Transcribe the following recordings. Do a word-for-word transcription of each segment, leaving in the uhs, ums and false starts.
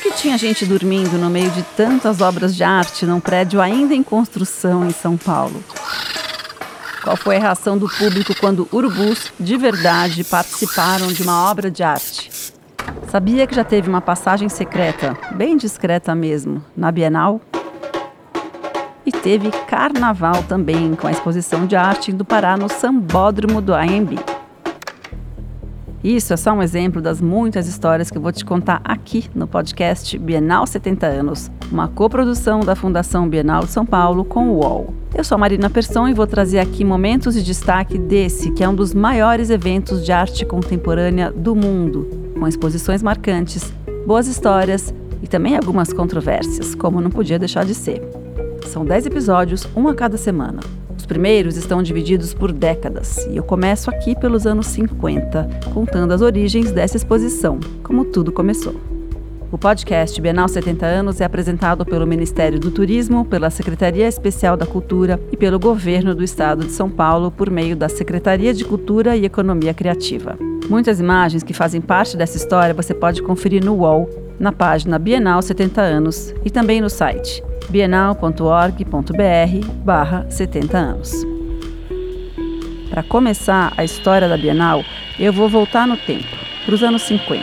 que tinha gente dormindo no meio de tantas obras de arte num prédio ainda em construção em São Paulo? Qual foi a reação do público quando urubus, de verdade, participaram de uma obra de arte? Sabia que já teve uma passagem secreta, bem discreta mesmo, na Bienal? E teve carnaval também, com a exposição de arte indo parar no Sambódromo do A M B. Isso é só um exemplo das muitas histórias que eu vou te contar aqui no podcast Bienal setenta anos, uma coprodução da Fundação Bienal de São Paulo com o U O L. Eu sou a Marina Persson e vou trazer aqui momentos de destaque desse, que é um dos maiores eventos de arte contemporânea do mundo, com exposições marcantes, boas histórias e também algumas controvérsias, como não podia deixar de ser. São dez episódios, um a cada semana. Os primeiros estão divididos por décadas, e eu começo aqui pelos anos cinquenta, contando as origens dessa exposição, como tudo começou. O podcast Bienal setenta anos é apresentado pelo Ministério do Turismo, pela Secretaria Especial da Cultura e pelo Governo do Estado de São Paulo por meio da Secretaria de Cultura e Economia Criativa. Muitas imagens que fazem parte dessa história você pode conferir no U O L, na página Bienal setenta anos e também no site bienal ponto org ponto br barra setenta anos. Para começar a história da Bienal, eu vou voltar no tempo, para os anos cinquenta.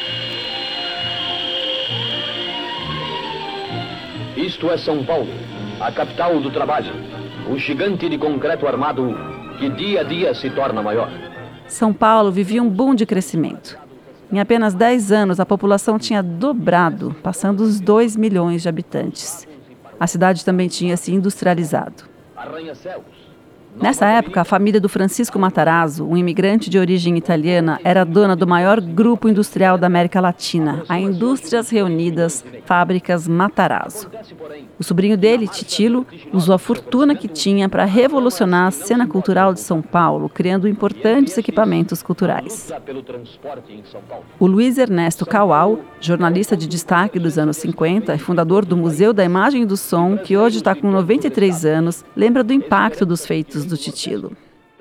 Isto é São Paulo, a capital do trabalho, o gigante de concreto armado que dia a dia se torna maior. São Paulo vivia um boom de crescimento. Em apenas dez anos, a população tinha dobrado, passando os dois milhões de habitantes. A cidade também tinha se industrializado. Nessa época, a família do Francisco Matarazzo, um imigrante de origem italiana, era dona do maior grupo industrial da América Latina, a Indústrias Reunidas Fábricas Matarazzo. O sobrinho dele, Titilo, usou a fortuna que tinha para revolucionar a cena cultural de São Paulo, criando importantes equipamentos culturais. O Luiz Ernesto Caual, jornalista de destaque dos anos cinquenta e fundador do Museu da Imagem e do Som, que hoje está com noventa e três anos, lembra do impacto dos feitos do Titilo.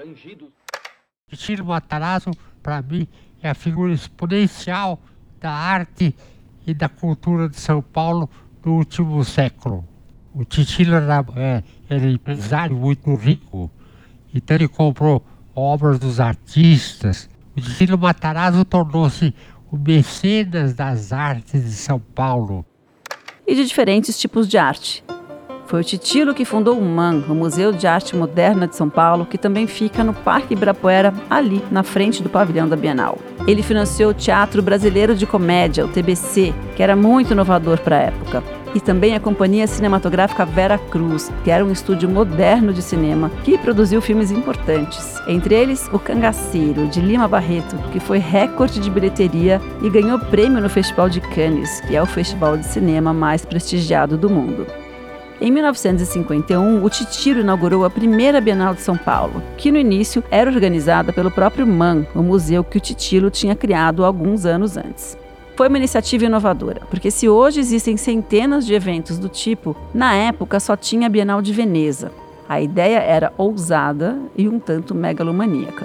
Titilo Matarazzo, para mim, é a figura exponencial da arte e da cultura de São Paulo no último século. O Titilo era, é, era um empresário muito rico, então ele comprou obras dos artistas. O Titilo Matarazzo tornou-se o mecenas das artes de São Paulo. E de diferentes tipos de arte. Foi o Titilo que fundou o M A M, o Museu de Arte Moderna de São Paulo, que também fica no Parque Ibirapuera, ali na frente do pavilhão da Bienal. Ele financiou o Teatro Brasileiro de Comédia, o T B C, que era muito inovador para a época. E também a Companhia Cinematográfica Vera Cruz, que era um estúdio moderno de cinema que produziu filmes importantes. Entre eles, O Cangaceiro, de Lima Barreto, que foi recorde de bilheteria e ganhou prêmio no Festival de Cannes, que é o festival de cinema mais prestigiado do mundo. Em mil novecentos e cinquenta e um, o Titilo inaugurou a primeira Bienal de São Paulo, que no início era organizada pelo próprio M A M, o museu que o Titilo tinha criado alguns anos antes. Foi uma iniciativa inovadora, porque se hoje existem centenas de eventos do tipo, na época só tinha a Bienal de Veneza. A ideia era ousada e um tanto megalomaníaca.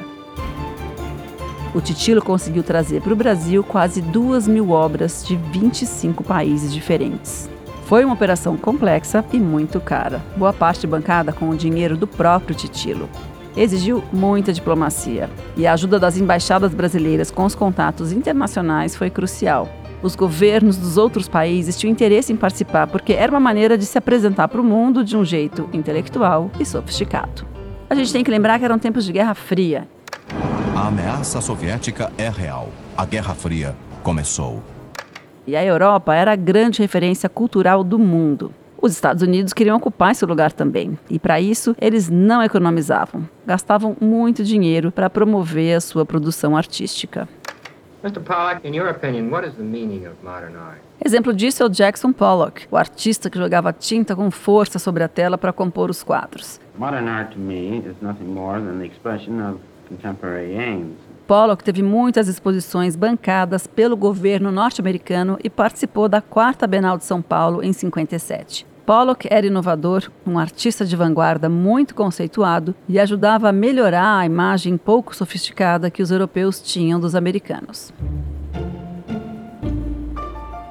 O Titilo conseguiu trazer para o Brasil quase duas mil obras de vinte e cinco países diferentes. Foi uma operação complexa e muito cara, boa parte bancada com o dinheiro do próprio Titilo. Exigiu muita diplomacia, e a ajuda das embaixadas brasileiras com os contatos internacionais foi crucial. Os governos dos outros países tinham interesse em participar porque era uma maneira de se apresentar para o mundo de um jeito intelectual e sofisticado. A gente tem que lembrar que eram tempos de Guerra Fria. A ameaça soviética é real. A Guerra Fria começou. E a Europa era a grande referência cultural do mundo. Os Estados Unidos queriam ocupar esse lugar também, e para isso eles não economizavam. Gastavam muito dinheiro para promover a sua produção artística. mister Pollock, in your opinion, what is the meaning of modern art? Exemplo disso é o Jackson Pollock, o artista que jogava tinta com força sobre a tela para compor os quadros. Modern art to me is nothing more than the expression of contemporary aims. Pollock teve muitas exposições bancadas pelo governo norte-americano e participou da quarta Bienal de São Paulo em cinquenta e sete. Pollock era inovador, um artista de vanguarda muito conceituado e ajudava a melhorar a imagem pouco sofisticada que os europeus tinham dos americanos.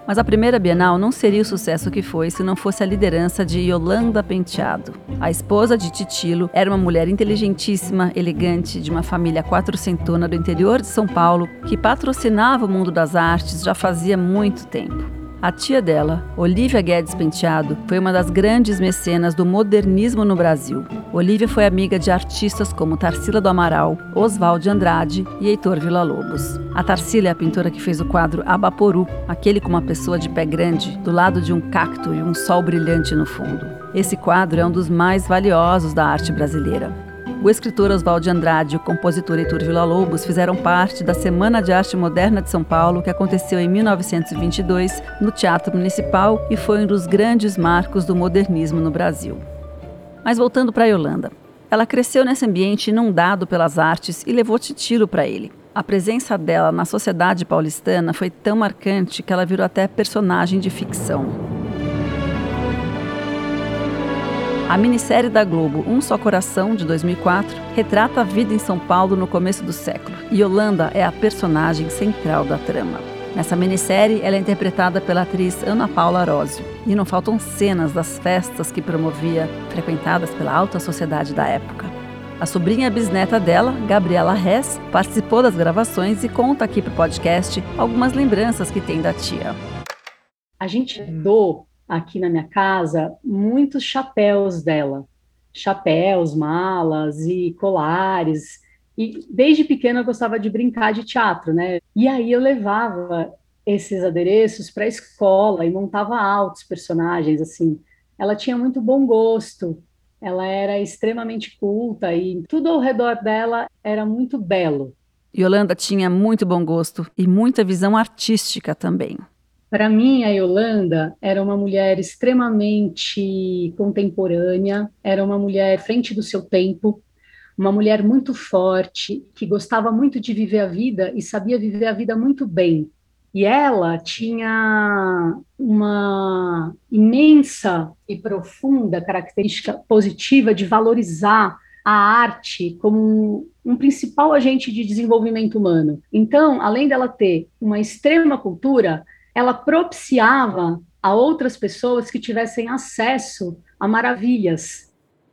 Mas a primeira Bienal não seria o sucesso que foi se não fosse a liderança de Yolanda Penteado. A esposa de Titilo era uma mulher inteligentíssima, elegante, de uma família quatrocentona do interior de São Paulo, que patrocinava o mundo das artes já fazia muito tempo. A tia dela, Olívia Guedes Penteado, foi uma das grandes mecenas do modernismo no Brasil. Olívia foi amiga de artistas como Tarsila do Amaral, Oswald de Andrade e Heitor Villa-Lobos. A Tarsila é a pintora que fez o quadro Abaporu, aquele com uma pessoa de pé grande, do lado de um cacto e um sol brilhante no fundo. Esse quadro é um dos mais valiosos da arte brasileira. O escritor Oswald de Andrade e o compositor Heitor Villa-Lobos fizeram parte da Semana de Arte Moderna de São Paulo, que aconteceu em mil novecentos e vinte e dois no Teatro Municipal e foi um dos grandes marcos do modernismo no Brasil. Mas voltando para Yolanda, ela cresceu nesse ambiente inundado pelas artes e levou Titilo para ele. A presença dela na sociedade paulistana foi tão marcante que ela virou até personagem de ficção. A minissérie da Globo Um Só Coração, de dois mil e quatro, retrata a vida em São Paulo no começo do século, e Yolanda é a personagem central da trama. Nessa minissérie, ela é interpretada pela atriz Ana Paula Arósio, e não faltam cenas das festas que promovia, frequentadas pela alta sociedade da época. A sobrinha bisneta dela, Gabriela Hess, participou das gravações e conta aqui para o podcast algumas lembranças que tem da tia. A gente herdou aqui na minha casa muitos chapéus dela, chapéus, malas e colares, e desde pequena eu gostava de brincar de teatro, né? E aí eu levava esses adereços para a escola e montava altos personagens, assim. Ela tinha muito bom gosto, ela era extremamente culta e tudo ao redor dela era muito belo. Yolanda tinha muito bom gosto e muita visão artística também. Para mim, a Yolanda era uma mulher extremamente contemporânea, era uma mulher à frente do seu tempo, uma mulher muito forte, que gostava muito de viver a vida e sabia viver a vida muito bem. E ela tinha uma imensa e profunda característica positiva de valorizar a arte como um, um principal agente de desenvolvimento humano. Então, além dela ter uma extrema cultura, ela propiciava a outras pessoas que tivessem acesso a maravilhas.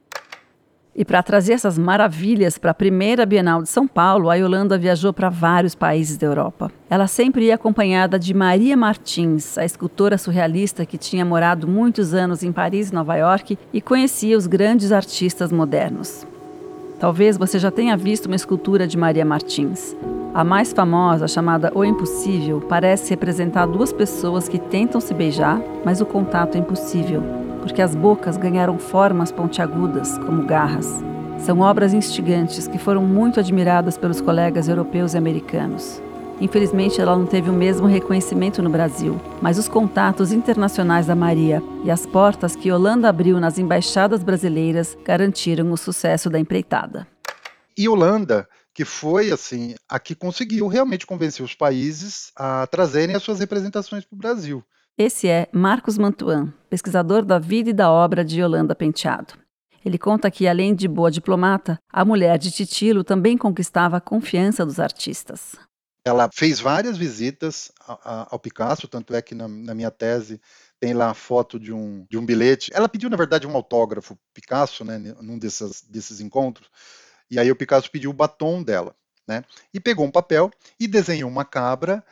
E para trazer essas maravilhas para a primeira Bienal de São Paulo, a Yolanda viajou para vários países da Europa. Ela sempre ia acompanhada de Maria Martins, a escultora surrealista que tinha morado muitos anos em Paris e Nova York e conhecia os grandes artistas modernos. Talvez você já tenha visto uma escultura de Maria Martins. A mais famosa, chamada O Impossível, parece representar duas pessoas que tentam se beijar, mas o contato é impossível, porque as bocas ganharam formas pontiagudas, como garras. São obras instigantes que foram muito admiradas pelos colegas europeus e americanos. Infelizmente, ela não teve o mesmo reconhecimento no Brasil, mas os contatos internacionais da Maria e as portas que Yolanda abriu nas embaixadas brasileiras garantiram o sucesso da empreitada. E Yolanda, que foi assim, a que conseguiu realmente convencer os países a trazerem as suas representações para o Brasil. Esse é Marcos Mantuan, pesquisador da vida e da obra de Yolanda Penteado. Ele conta que, além de boa diplomata, a mulher de Titilo também conquistava a confiança dos artistas. Ela fez várias visitas ao Picasso, tanto é que na, na minha tese tem lá a foto de um, de um bilhete. Ela pediu, na verdade, um autógrafo Picasso, né, num desses, desses encontros. E aí o Picasso pediu o batom dela, né? E pegou um papel e desenhou uma cabra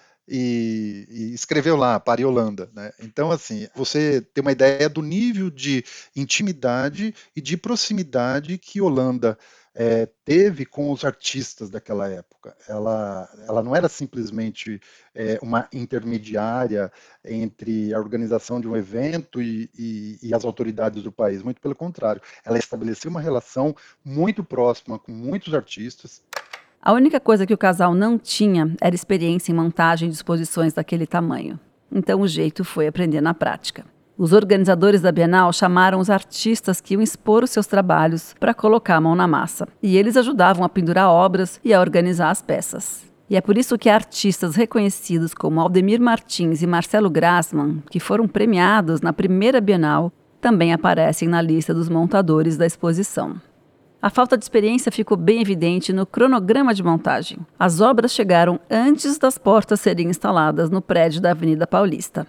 e, e escreveu lá, para Yolanda, né? Então, assim, você tem uma ideia do nível de intimidade e de proximidade que Yolanda é, teve com os artistas daquela época. Ela, ela não era simplesmente é, uma intermediária entre a organização de um evento e, e, e as autoridades do país, muito pelo contrário. Ela estabeleceu uma relação muito próxima com muitos artistas. A única coisa que o casal não tinha era experiência em montagem de exposições daquele tamanho. Então o jeito foi aprender na prática. Os organizadores da Bienal chamaram os artistas que iam expor os seus trabalhos para colocar a mão na massa. E eles ajudavam a pendurar obras e a organizar as peças. E é por isso que artistas reconhecidos como Aldemir Martins e Marcelo Grassmann, que foram premiados na primeira Bienal, também aparecem na lista dos montadores da exposição. A falta de experiência ficou bem evidente no cronograma de montagem. As obras chegaram antes das portas serem instaladas no prédio da Avenida Paulista.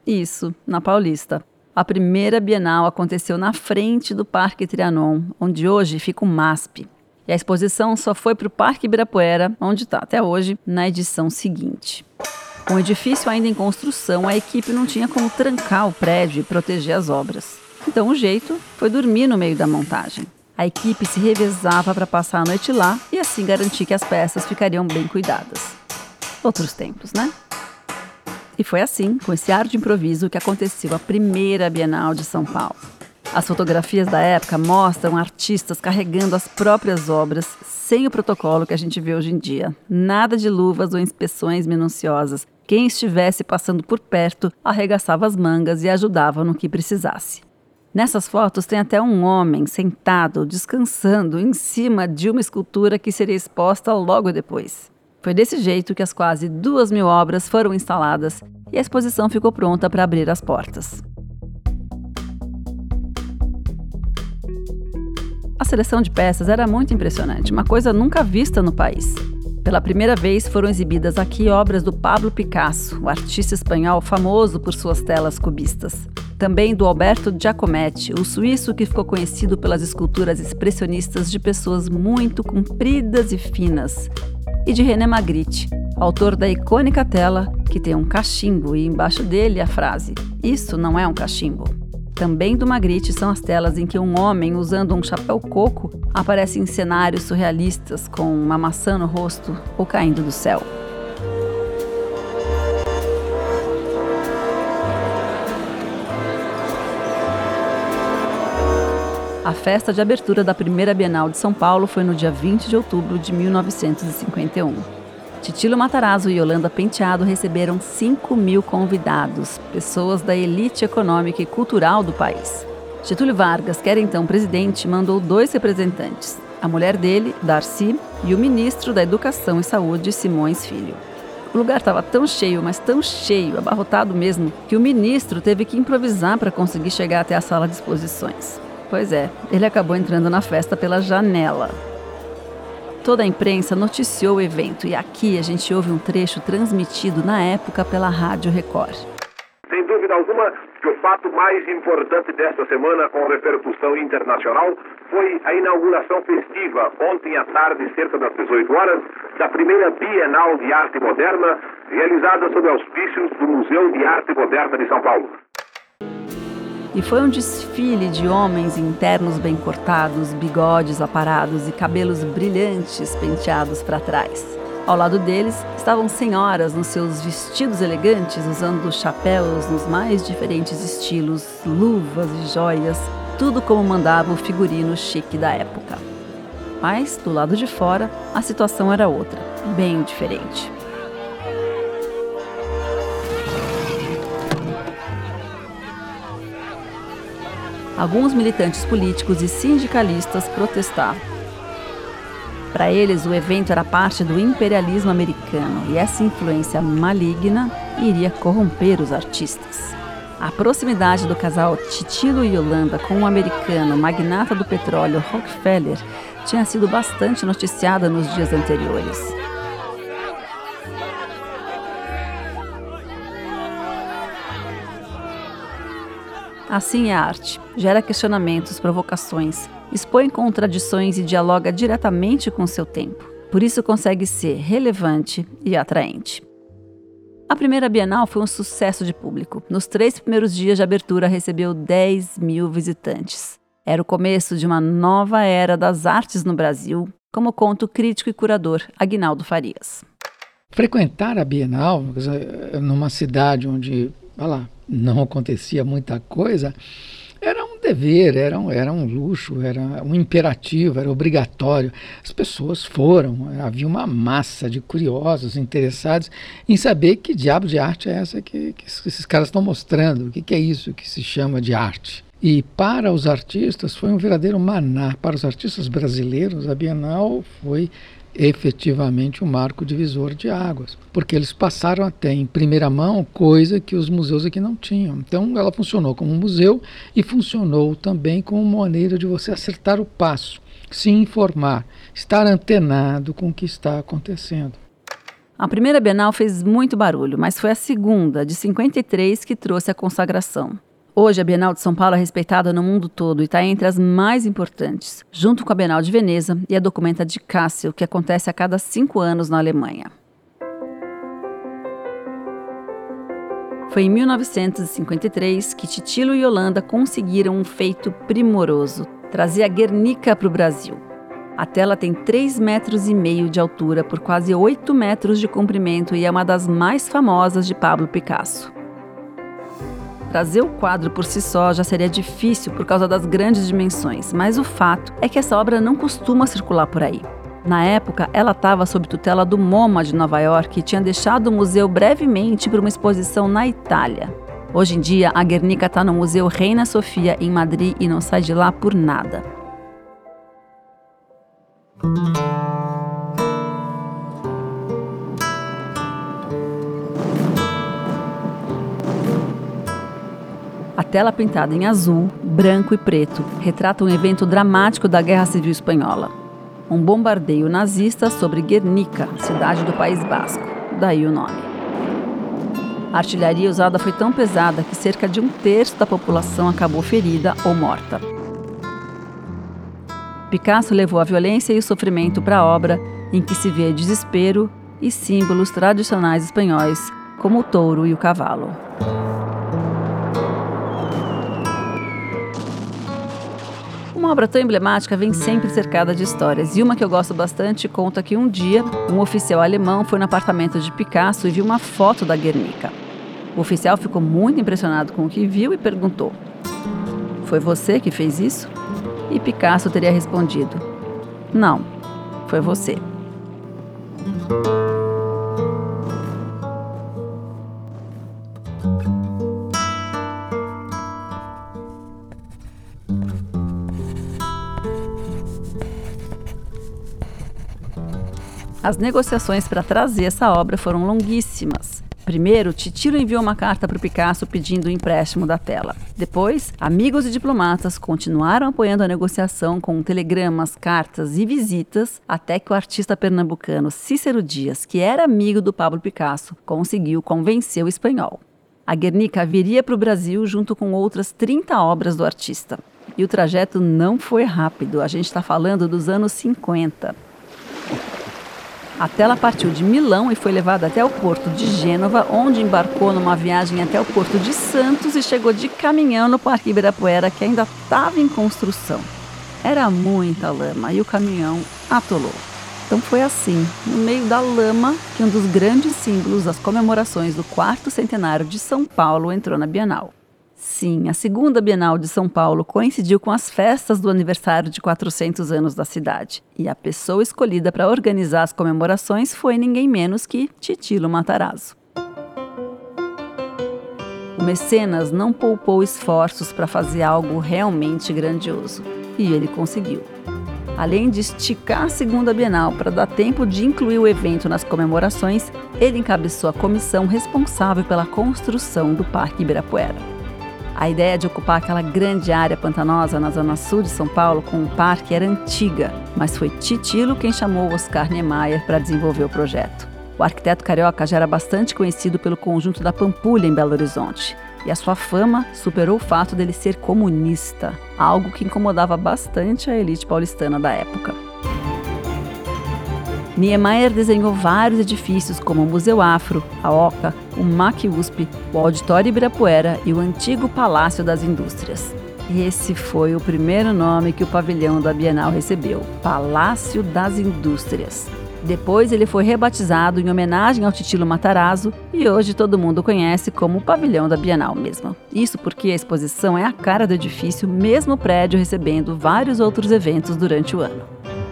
Isso, na Paulista. A primeira Bienal aconteceu na frente do Parque Trianon, onde hoje fica o MASP. E a exposição só foi para o Parque Ibirapuera, onde está até hoje, na edição seguinte. Com o edifício ainda em construção, a equipe não tinha como trancar o prédio e proteger as obras. Então o jeito foi dormir no meio da montagem. A equipe se revezava para passar a noite lá e assim garantir que as peças ficariam bem cuidadas. Outros tempos, né? E foi assim, com esse ar de improviso, que aconteceu a primeira Bienal de São Paulo. As fotografias da época mostram artistas carregando as próprias obras sem o protocolo que a gente vê hoje em dia. Nada de luvas ou inspeções minuciosas. Quem estivesse passando por perto arregaçava as mangas e ajudava no que precisasse. Nessas fotos tem até um homem sentado, descansando em cima de uma escultura que seria exposta logo depois. Foi desse jeito que as quase duas mil obras foram instaladas e a exposição ficou pronta para abrir as portas. A seleção de peças era muito impressionante, uma coisa nunca vista no país. Pela primeira vez foram exibidas aqui obras do Pablo Picasso, o artista espanhol famoso por suas telas cubistas. Também do Alberto Giacometti, o suíço que ficou conhecido pelas esculturas expressionistas de pessoas muito compridas e finas. E de René Magritte, autor da icônica tela que tem um cachimbo e embaixo dele a frase "Isso não é um cachimbo". Também do Magritte são as telas em que um homem usando um chapéu coco aparece em cenários surrealistas com uma maçã no rosto ou caindo do céu. A festa de abertura da primeira Bienal de São Paulo foi no dia vinte de outubro de mil novecentos e cinquenta e um. Titilo Matarazzo e Yolanda Penteado receberam cinco mil convidados, pessoas da elite econômica e cultural do país. Getúlio Vargas, que era então presidente, mandou dois representantes, a mulher dele, Darcy, e o ministro da Educação e Saúde, Simões Filho. O lugar estava tão cheio, mas tão cheio, abarrotado mesmo, que o ministro teve que improvisar para conseguir chegar até a sala de exposições. Pois é, ele acabou entrando na festa pela janela. Toda a imprensa noticiou o evento e aqui a gente ouve um trecho transmitido na época pela Rádio Record. Sem dúvida alguma que o fato mais importante desta semana com repercussão internacional foi a inauguração festiva, ontem à tarde, cerca das dezoito horas, da primeira Bienal de Arte Moderna, realizada sob auspícios do Museu de Arte Moderna de São Paulo. E foi um desfile de homens em ternos bem cortados, bigodes aparados e cabelos brilhantes penteados para trás. Ao lado deles estavam senhoras nos seus vestidos elegantes, usando chapéus nos mais diferentes estilos, luvas e joias, tudo como mandava o figurino chique da época. Mas, do lado de fora, a situação era outra, bem diferente. Alguns militantes políticos e sindicalistas protestavam. Para eles, o evento era parte do imperialismo americano e essa influência maligna iria corromper os artistas. A proximidade do casal Titilo e Yolanda com o americano magnata do petróleo Rockefeller tinha sido bastante noticiada nos dias anteriores. Assim é a arte. Gera questionamentos, provocações, expõe contradições e dialoga diretamente com seu tempo. Por isso consegue ser relevante e atraente. A primeira Bienal foi um sucesso de público. Nos três primeiros dias de abertura recebeu dez mil visitantes. Era o começo de uma nova era das artes no Brasil, como conta o crítico e curador Aguinaldo Farias. Frequentar a Bienal, numa cidade onde, olha lá, não acontecia muita coisa, era um dever, era um, era um luxo, era um imperativo, era obrigatório. As pessoas foram, havia uma massa de curiosos, interessados em saber que diabo de arte é essa que, que esses caras estão mostrando, o que, que é isso que se chama de arte. E para os artistas foi um verdadeiro maná. Para os artistas brasileiros, a Bienal foi efetivamente um marco divisor de águas, porque eles passaram a ter em primeira mão coisa que os museus aqui não tinham. Então ela funcionou como um museu e funcionou também como uma maneira de você acertar o passo, se informar, estar antenado com o que está acontecendo. A primeira Bienal fez muito barulho, mas foi a segunda, de cinquenta e três, que trouxe a consagração. Hoje, a Bienal de São Paulo é respeitada no mundo todo e está entre as mais importantes, junto com a Bienal de Veneza e a Documenta de Kassel, que acontece a cada cinco anos na Alemanha. Foi em mil novecentos e cinquenta e três que Titilo e Yolanda conseguiram um feito primoroso, trazer a Guernica para o Brasil. A tela tem três metros e meio de altura por quase oito metros de comprimento e é uma das mais famosas de Pablo Picasso. Trazer o quadro por si só já seria difícil por causa das grandes dimensões, mas o fato é que essa obra não costuma circular por aí. Na época, ela estava sob tutela do MoMA de Nova York e tinha deixado o museu brevemente para uma exposição na Itália. Hoje em dia, a Guernica está no Museu Reina Sofia, em Madrid, e não sai de lá por nada. A tela pintada em azul, branco e preto retrata um evento dramático da Guerra Civil Espanhola. Um bombardeio nazista sobre Guernica, cidade do País Basco, daí o nome. A artilharia usada foi tão pesada que cerca de um terço da população acabou ferida ou morta. Picasso levou a violência e o sofrimento para a obra, em que se vê desespero e símbolos tradicionais espanhóis, como o touro e o cavalo. Uma obra tão emblemática vem sempre cercada de histórias, e uma que eu gosto bastante conta que um dia um oficial alemão foi no apartamento de Picasso e viu uma foto da Guernica. O oficial ficou muito impressionado com o que viu e perguntou: "Foi você que fez isso?" E Picasso teria respondido: "Não, foi você." As negociações para trazer essa obra foram longuíssimas. Primeiro, Titilo enviou uma carta para o Picasso pedindo o empréstimo da tela. Depois, amigos e diplomatas continuaram apoiando a negociação com telegramas, cartas e visitas, até que o artista pernambucano Cícero Dias, que era amigo do Pablo Picasso, conseguiu convencer o espanhol. A Guernica viria para o Brasil junto com outras trinta obras do artista. E o trajeto não foi rápido, a gente está falando dos anos cinquenta. A tela partiu de Milão e foi levada até o porto de Gênova, onde embarcou numa viagem até o porto de Santos e chegou de caminhão no Parque Ibirapuera, que ainda estava em construção. Era muita lama e o caminhão atolou. Então foi assim, no meio da lama, que um dos grandes símbolos das comemorações do quarto centenário de São Paulo entrou na Bienal. Sim, a segunda Bienal de São Paulo coincidiu com as festas do aniversário de quatrocentos anos da cidade. E a pessoa escolhida para organizar as comemorações foi ninguém menos que Titilo Matarazzo. O mecenas não poupou esforços para fazer algo realmente grandioso. E ele conseguiu. Além de esticar a segunda Bienal para dar tempo de incluir o evento nas comemorações, ele encabeçou a comissão responsável pela construção do Parque Ibirapuera. A ideia de ocupar aquela grande área pantanosa na zona sul de São Paulo com um parque era antiga, mas foi Titilo quem chamou Oscar Niemeyer para desenvolver o projeto. O arquiteto carioca já era bastante conhecido pelo conjunto da Pampulha em Belo Horizonte, e a sua fama superou o fato dele ser comunista, algo que incomodava bastante a elite paulistana da época. Niemeyer desenhou vários edifícios como o Museu Afro, a Oca, o M A C U S P, o Auditório Ibirapuera e o antigo Palácio das Indústrias. Esse foi o primeiro nome que o pavilhão da Bienal recebeu, Palácio das Indústrias. Depois ele foi rebatizado em homenagem ao Titilo Matarazzo e hoje todo mundo conhece como o pavilhão da Bienal mesmo. Isso porque a exposição é a cara do edifício, mesmo o prédio recebendo vários outros eventos durante o ano.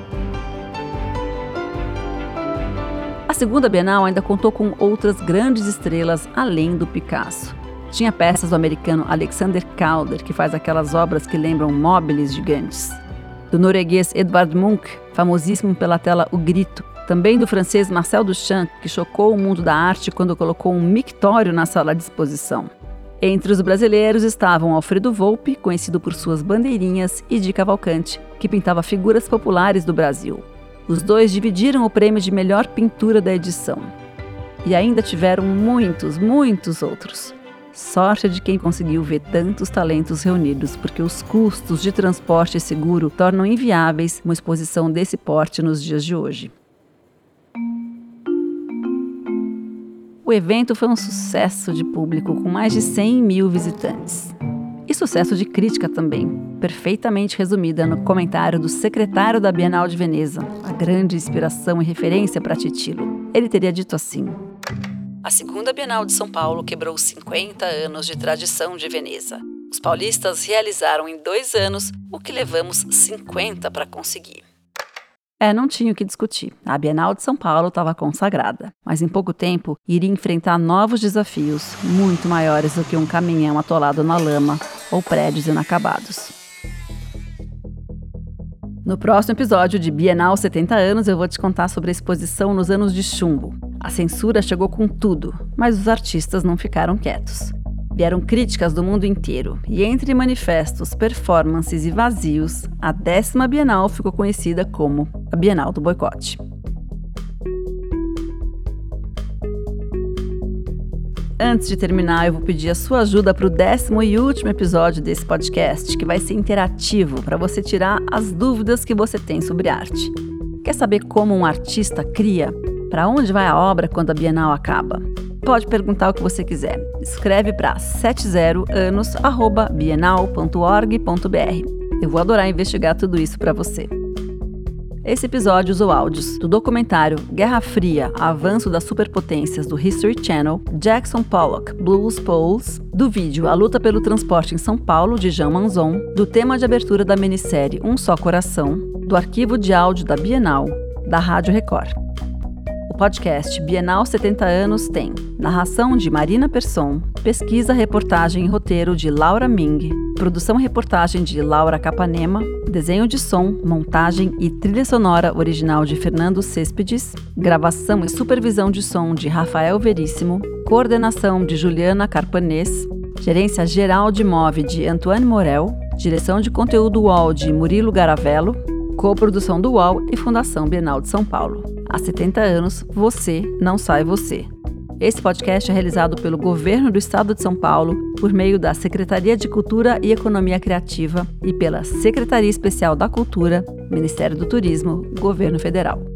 A segunda Bienal ainda contou com outras grandes estrelas além do Picasso. Tinha peças do americano Alexander Calder, que faz aquelas obras que lembram móveis gigantes. Do norueguês Edvard Munch, famosíssimo pela tela O Grito. Também do francês Marcel Duchamp, que chocou o mundo da arte quando colocou um mictório na sala de exposição. Entre os brasileiros estavam Alfredo Volpi, conhecido por suas bandeirinhas, e Di Cavalcanti, que pintava figuras populares do Brasil. Os dois dividiram o prêmio de melhor pintura da edição. E ainda tiveram muitos, muitos outros. Sorte de quem conseguiu ver tantos talentos reunidos, porque os custos de transporte seguro tornam inviáveis uma exposição desse porte nos dias de hoje. O evento foi um sucesso de público, com mais de cem mil visitantes. E sucesso de crítica também, perfeitamente resumida no comentário do secretário da Bienal de Veneza, a grande inspiração e referência para Titilo. Ele teria dito assim: a segunda Bienal de São Paulo quebrou cinquenta anos de tradição de Veneza. Os paulistas realizaram em dois anos o que levamos cinquenta para conseguir. É, não tinha o que discutir. A Bienal de São Paulo estava consagrada, mas em pouco tempo iria enfrentar novos desafios muito maiores do que um caminhão atolado na lama ou prédios inacabados. No próximo episódio de Bienal setenta anos, eu vou te contar sobre a exposição nos anos de chumbo. A censura chegou com tudo, mas os artistas não ficaram quietos. Vieram críticas do mundo inteiro, e entre manifestos, performances e vazios, a décima Bienal ficou conhecida como a Bienal do Boicote. Antes de terminar, eu vou pedir a sua ajuda para o décimo e último episódio desse podcast, que vai ser interativo para você tirar as dúvidas que você tem sobre arte. Quer saber como um artista cria? Para onde vai a obra quando a Bienal acaba? Pode perguntar o que você quiser. Escreve para setenta anos arroba bienal ponto org ponto br. Eu vou adorar investigar tudo isso para você. Esse episódio usou áudios do documentário Guerra Fria, Avanço das Superpotências do History Channel, Jackson Pollock, Blues Poles, do vídeo A Luta pelo Transporte em São Paulo, de Jean Manzon, do tema de abertura da minissérie Um Só Coração, do arquivo de áudio da Bienal, da Rádio Record. O podcast Bienal setenta anos tem narração de Marina Persson, pesquisa, reportagem e roteiro de Laura Ming, produção e reportagem de Laura Capanema, desenho de som, montagem e trilha sonora original de Fernando Céspedes, gravação e supervisão de som de Rafael Veríssimo, coordenação de Juliana Carpanês, gerência geral de M O V de Antoine Morel, direção de conteúdo U O L de Murilo Garavello, coprodução do U O L e Fundação Bienal de São Paulo. Há setenta anos, você não sai você. Esse podcast é realizado pelo Governo do Estado de São Paulo, por meio da Secretaria de Cultura e Economia Criativa e pela Secretaria Especial da Cultura, Ministério do Turismo, Governo Federal.